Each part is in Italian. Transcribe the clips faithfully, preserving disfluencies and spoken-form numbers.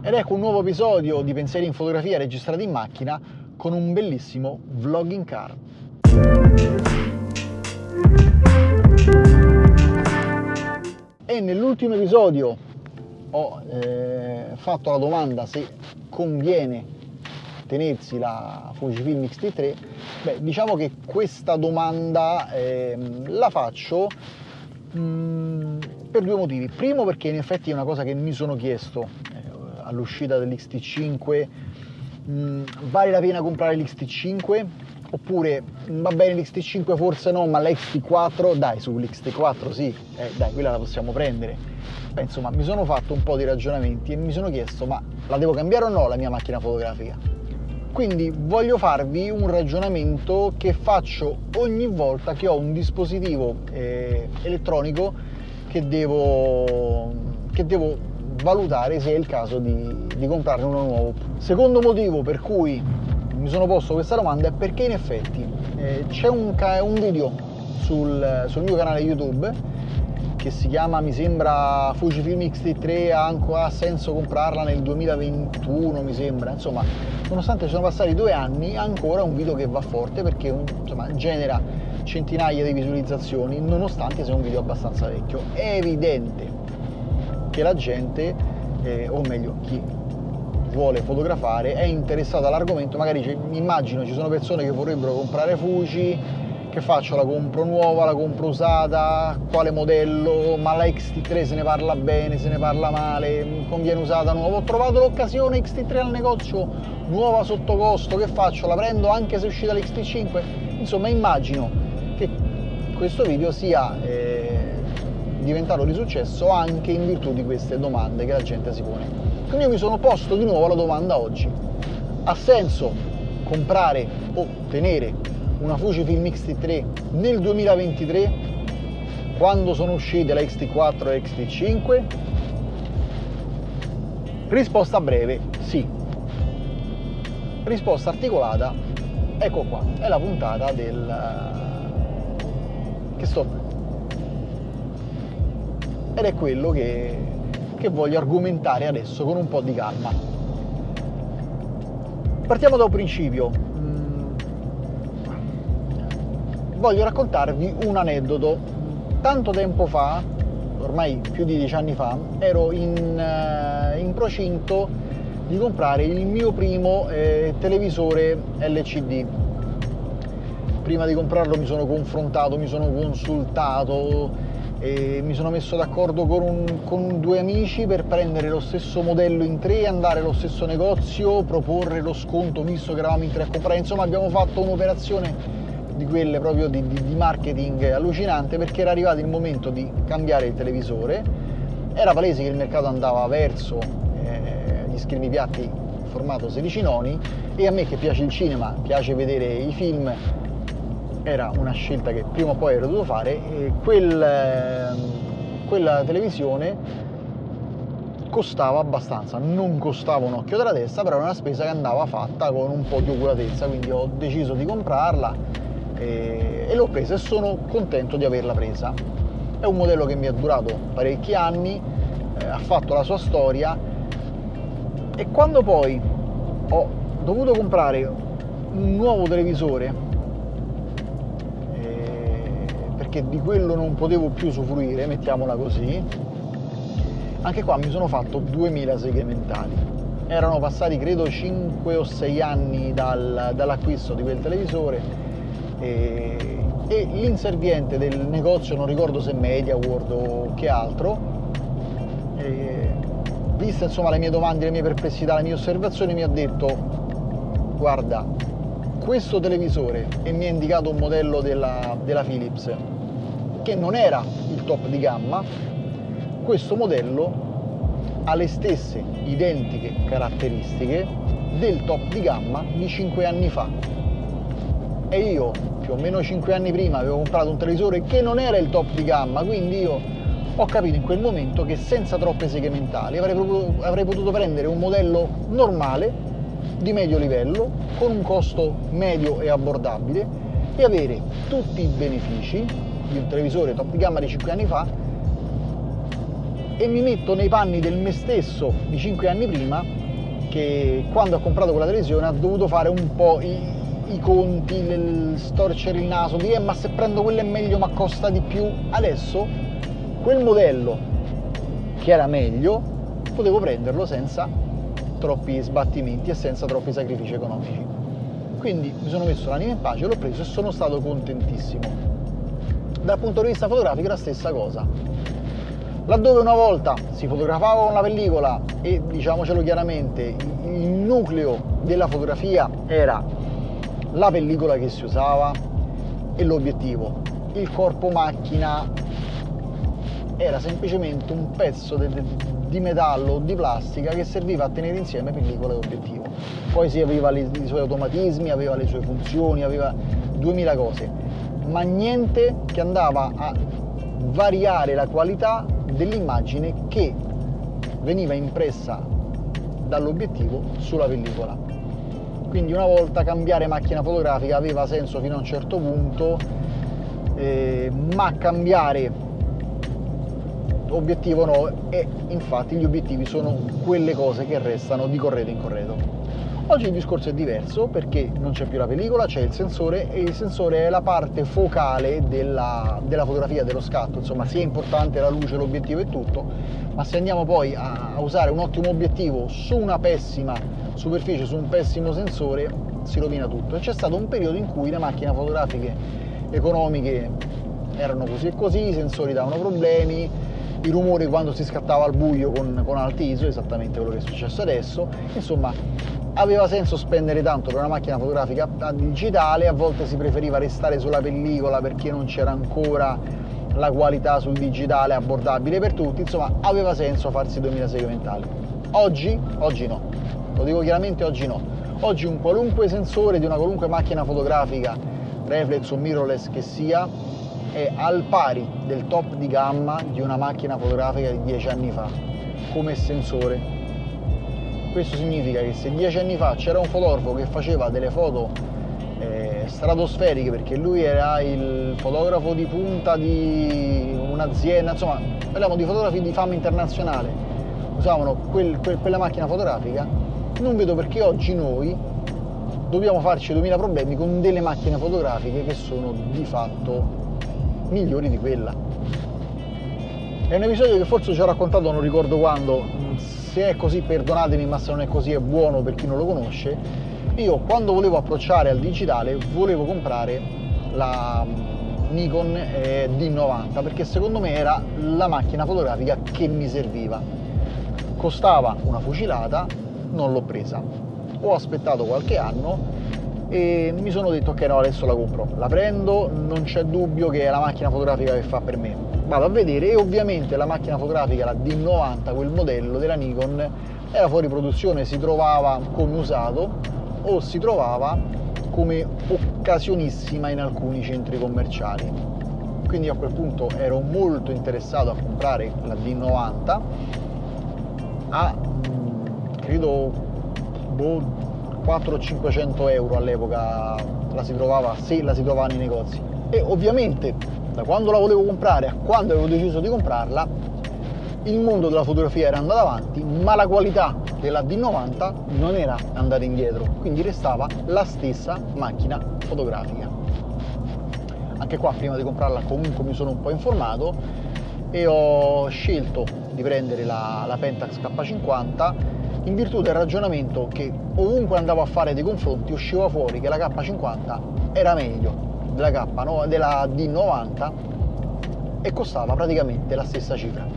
Ed ecco un nuovo episodio di Pensieri in fotografia registrati in macchina con un bellissimo vlog in car. E nell'ultimo episodio ho eh, fatto la domanda se conviene tenersi la Fujifilm X T tre. Beh, diciamo che questa domanda eh, la faccio mh, per due motivi. Primo, perché in effetti è una cosa che mi sono chiesto eh, all'uscita dell'X T cinque. mh, vale la pena comprare l'X T cinque? Oppure va bene l'X T cinque, forse no, ma la X T quattro, dai, sull'X T quattro sì, eh, dai, quella la possiamo prendere. Beh, insomma, mi sono fatto un po' di ragionamenti e mi sono chiesto, ma la devo cambiare o no la mia macchina fotografica? Quindi voglio farvi un ragionamento che faccio ogni volta che ho un dispositivo eh, elettronico che devo, che devo valutare se è il caso di, di comprarne uno nuovo. Secondo motivo per cui mi sono posto questa domanda è perché in effetti eh, c'è un, un video sul, sul mio canale YouTube che si chiama, mi sembra, Fujifilm X T tre, ha, ha senso comprarla nel duemilaventuno, mi sembra. Insomma, nonostante ci sono passati due anni, ancora un video che va forte perché insomma, genera centinaia di visualizzazioni, nonostante sia un video abbastanza vecchio. È evidente che la gente, eh, o meglio chi vuole fotografare, è interessato all'argomento. Magari immagino ci sono persone che vorrebbero comprare Fuji. Che faccio? La compro nuova, la compro usata, quale modello? Ma la X T tre se ne parla bene, se ne parla male, conviene usata nuova? Ho trovato l'occasione X T tre al negozio, nuova sotto costo, che faccio? La prendo anche se è uscita l'X T cinque? Insomma, immagino che questo video sia eh, diventato di successo anche in virtù di queste domande che la gente si pone. Quindi io mi sono posto di nuovo la domanda oggi: ha senso comprare o tenere una Fujifilm X T tre nel duemilaventitré, quando sono uscite la X T quattro e X T cinque? Risposta breve, sì. Risposta articolata, ecco qua, è la puntata del che sto ed è quello che, che voglio argomentare adesso con un po' di calma. Partiamo da un principio. Voglio raccontarvi un aneddoto. Tanto tempo fa, ormai più di dieci anni fa, ero in, in procinto di comprare il mio primo eh, televisore L C D. Prima di comprarlo mi sono confrontato, mi sono consultato e mi sono messo d'accordo con, un, con due amici per prendere lo stesso modello in tre, andare allo stesso negozio, proporre lo sconto visto che eravamo in tre a comprare. Insomma, abbiamo fatto un'operazione di quelle proprio di, di, di marketing allucinante, perché era arrivato il momento di cambiare il televisore. Era palese che il mercato andava verso eh, gli schermipiatti in formato sedici noni e a me, che piace il cinema, piace vedere i film, era una scelta che prima o poi avrei dovuto fare. E quel, eh, quella televisione costava abbastanza, non costava un occhio della testa, però era una spesa che andava fatta con un po' di oculatezza, quindi ho deciso di comprarla e, e l'ho presa e sono contento di averla presa. È un modello che mi è durato parecchi anni, eh, ha fatto la sua storia, e quando poi ho dovuto comprare un nuovo televisore, eh, perché di quello non potevo più usufruire, mettiamola così, anche qua mi sono fatto duemila seghe mentali. Erano passati credo cinque o sei anni dal, dall'acquisto di quel televisore e, e l'inserviente del negozio, non ricordo se MediaWorld o che altro, e, viste insomma le mie domande, le mie perplessità, le mie osservazioni, mi ha detto: guarda, questo televisore, e mi ha indicato un modello della, della Philips che non era il top di gamma, questo modello ha le stesse identiche caratteristiche del top di gamma di cinque anni fa, e io più o meno cinque anni prima avevo comprato un televisore che non era il top di gamma. Quindi io ho capito in quel momento che senza troppe seghe mentali avrei potuto, avrei potuto prendere un modello normale di medio livello con un costo medio e abbordabile e avere tutti i benefici di un televisore top di gamma di cinque anni fa e mi metto nei panni del me stesso di cinque anni prima, che quando ha comprato quella televisione ha dovuto fare un po' i, i conti, il, storcere il naso, dire eh, ma se prendo quello è meglio ma costa di più. Adesso quel modello che era meglio potevo prenderlo senza troppi sbattimenti e senza troppi sacrifici economici. Quindi mi sono messo l'anima in pace, l'ho preso e sono stato contentissimo. Dal punto di vista fotografico è la stessa cosa. Laddove una volta si fotografava con la pellicola e, diciamocelo chiaramente, il nucleo della fotografia era la pellicola che si usava e l'obiettivo, il corpo macchina era semplicemente un pezzo de, de, di metallo o di plastica che serviva a tenere insieme pellicola e obiettivo. Poi si aveva le, i suoi automatismi, aveva le sue funzioni, aveva duemila cose, ma niente che andava a variare la qualità dell'immagine che veniva impressa dall'obiettivo sulla pellicola. Quindi una volta cambiare macchina fotografica aveva senso fino a un certo punto, eh, ma cambiare obiettivo no, e infatti gli obiettivi sono quelle cose che restano di corredo in corredo. Oggi il discorso è diverso perché non c'è più la pellicola, c'è il sensore e il sensore è la parte focale della, della fotografia, dello scatto. Insomma, sia importante la luce, l'obiettivo e tutto, ma se andiamo poi a, a usare un ottimo obiettivo su una pessima superficie, su un pessimo sensore, si rovina tutto. E c'è stato un periodo in cui le macchine fotografiche economiche erano così e così, i sensori davano problemi, i rumori quando si scattava al buio con, con alta I S O, esattamente quello che è successo adesso. Insomma, aveva senso spendere tanto per una macchina fotografica digitale, a volte si preferiva restare sulla pellicola perché non c'era ancora la qualità sul digitale abbordabile per tutti. Insomma, aveva senso farsi duemila segmentali. Oggi, oggi no, lo dico chiaramente, oggi no. Oggi un qualunque sensore di una qualunque macchina fotografica, reflex o mirrorless che sia, è al pari del top di gamma di una macchina fotografica di dieci anni fa come sensore. Questo significa che se dieci anni fa c'era un fotografo che faceva delle foto eh, stratosferiche, perché lui era il fotografo di punta di un'azienda, insomma parliamo di fotografi di fama internazionale, usavano quel, quel, quella macchina fotografica, non vedo perché oggi noi dobbiamo farci duemila problemi con delle macchine fotografiche che sono di fatto migliori di quella. È un episodio che forse ci ho raccontato, non ricordo quando, se è così perdonatemi, ma se non è così è buono per chi non lo conosce. Io quando volevo approcciare al digitale volevo comprare la Nikon D novanta perché secondo me era la macchina fotografica che mi serviva. Costava una fucilata, non l'ho presa, ho aspettato qualche anno e mi sono detto ok, no, adesso la compro, la prendo, non c'è dubbio che è la macchina fotografica che fa per me. Vado a vedere e ovviamente la macchina fotografica, la D novanta, quel modello della Nikon, era fuori produzione, si trovava come usato o si trovava come occasionissima in alcuni centri commerciali. Quindi a quel punto ero molto interessato a comprare la D novanta a credo boh, quattrocento cinquecento euro all'epoca la si trovava, se la si trovava nei negozi. E ovviamente da quando la volevo comprare a quando avevo deciso di comprarla il mondo della fotografia era andato avanti, ma la qualità della D novanta non era andata indietro, quindi restava la stessa macchina fotografica. Anche qua prima di comprarla comunque mi sono un po' informato e ho scelto di prendere la, la Pentax K cinquanta in virtù del ragionamento che ovunque andavo a fare dei confronti usciva fuori che la K cinquanta era meglio della, K, no, della D novanta e costava praticamente la stessa cifra.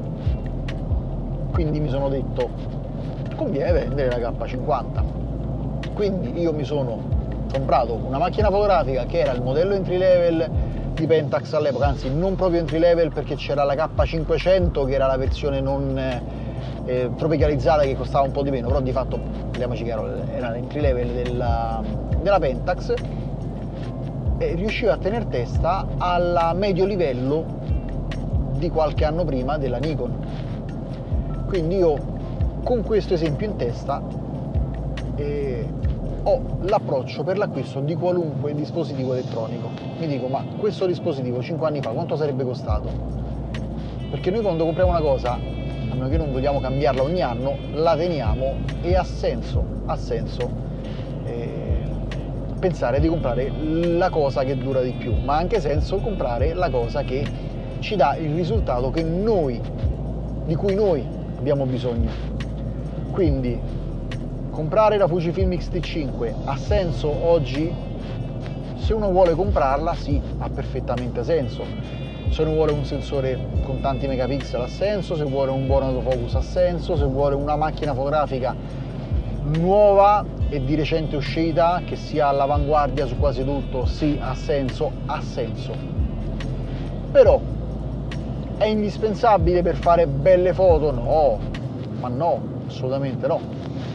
Quindi mi sono detto conviene prendere la K cinquanta. Quindi io mi sono comprato una macchina fotografica che era il modello entry level di Pentax all'epoca, anzi non proprio entry level perché c'era la K cinquecento che era la versione non Eh, tropicalizzata che costava un po' di meno, però di fatto, parliamoci chiaro, era l'entry level della, della Pentax e riusciva a tener testa al medio livello di qualche anno prima della Nikon. Quindi io con questo esempio in testa eh, ho l'approccio per l'acquisto di qualunque dispositivo elettronico. Mi dico, ma questo dispositivo cinque anni fa quanto sarebbe costato? Perché noi quando compriamo una cosa meno che non vogliamo cambiarla ogni anno, la teniamo e ha senso, ha senso eh, pensare di comprare la cosa che dura di più, ma ha anche senso comprare la cosa che ci dà il risultato che noi, di cui noi abbiamo bisogno. Quindi comprare la Fujifilm X T cinque ha senso oggi? Se uno vuole comprarla, sì, ha perfettamente senso. Se uno vuole un sensore con tanti megapixel ha senso, se vuole un buon autofocus ha senso, se vuole una macchina fotografica nuova e di recente uscita, che sia all'avanguardia su quasi tutto, sì, ha senso, ha senso. Però è indispensabile per fare belle foto? No, ma no, assolutamente no.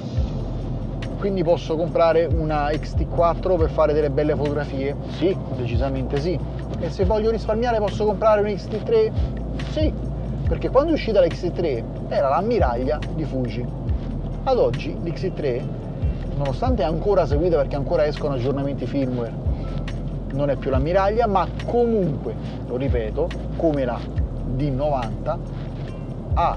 Quindi posso comprare una X T quattro per fare delle belle fotografie? Sì, decisamente sì. E se voglio risparmiare posso comprare un X T tre? Sì, perché quando è uscita la X T tre era l'ammiraglia di Fuji. Ad oggi l'X T tre, nonostante è ancora seguita perché ancora escono aggiornamenti firmware, non è più l'ammiraglia, ma comunque, lo ripeto, come la D novanta, ha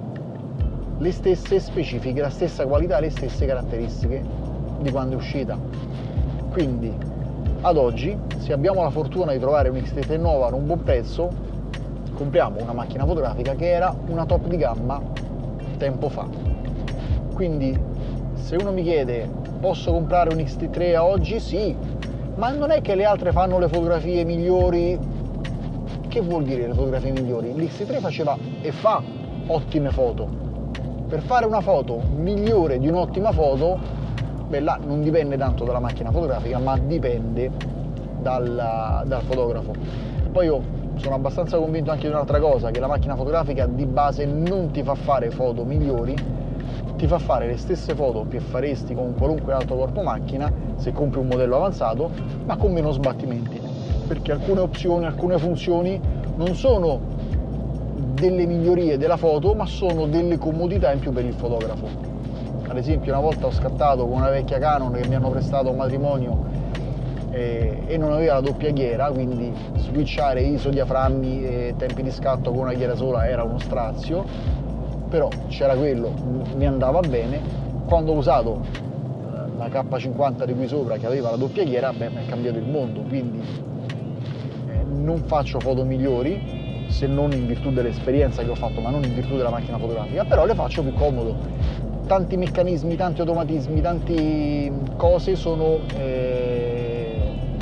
le stesse specifiche, la stessa qualità, le stesse caratteristiche di quando è uscita. Quindi ad oggi, se abbiamo la fortuna di trovare un X T tre nuova a un buon prezzo, compriamo una macchina fotografica che era una top di gamma tempo fa. Quindi se uno mi chiede posso comprare un X T tre a oggi? Sì, ma non è che le altre fanno le fotografie migliori. Che vuol dire le fotografie migliori? L'X T tre faceva e fa ottime foto. Per fare una foto migliore di un'ottima foto, beh, là non dipende tanto dalla macchina fotografica, ma dipende dal, dal fotografo. Poi io sono abbastanza convinto anche di un'altra cosa, che la macchina fotografica di base non ti fa fare foto migliori, ti fa fare le stesse foto che faresti con qualunque altro corpo macchina se compri un modello avanzato, ma con meno sbattimenti, perché alcune opzioni, alcune funzioni non sono delle migliorie della foto, ma sono delle comodità in più per il fotografo. Ad esempio, una volta ho scattato con una vecchia Canon che mi hanno prestato a un matrimonio eh, e non aveva la doppia ghiera, quindi switchare iso, diaframmi e tempi di scatto con una ghiera sola era uno strazio, però c'era quello, mi andava bene. Quando ho usato la K cinquanta di qui sopra, che aveva la doppia ghiera, beh, mi è cambiato il mondo. Quindi eh, non faccio foto migliori, se non in virtù dell'esperienza che ho fatto, ma non in virtù della macchina fotografica, però le faccio più comodo. Tanti meccanismi, tanti automatismi, tante cose sono eh,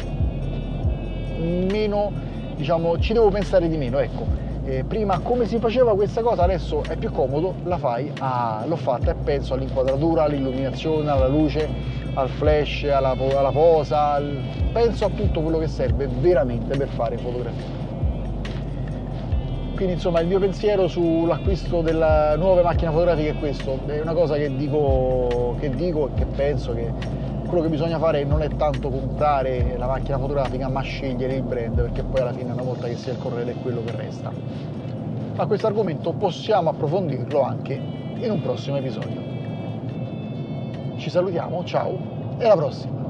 meno, diciamo, ci devo pensare di meno, ecco. Eh, prima come si faceva questa cosa, adesso è più comodo, la fai, ah, l'ho fatta e penso all'inquadratura, all'illuminazione, alla luce, al flash, alla, alla posa, al... penso a tutto quello che serve veramente per fare fotografia. Quindi insomma il mio pensiero sull'acquisto della nuove macchine fotografiche è questo, è una cosa che dico, che dico e che penso che quello che bisogna fare non è tanto comprare la macchina fotografica, ma scegliere il brand, perché poi alla fine una volta che sia il correde è quello che resta. Ma questo argomento possiamo approfondirlo anche in un prossimo episodio. Ci salutiamo, ciao e alla prossima!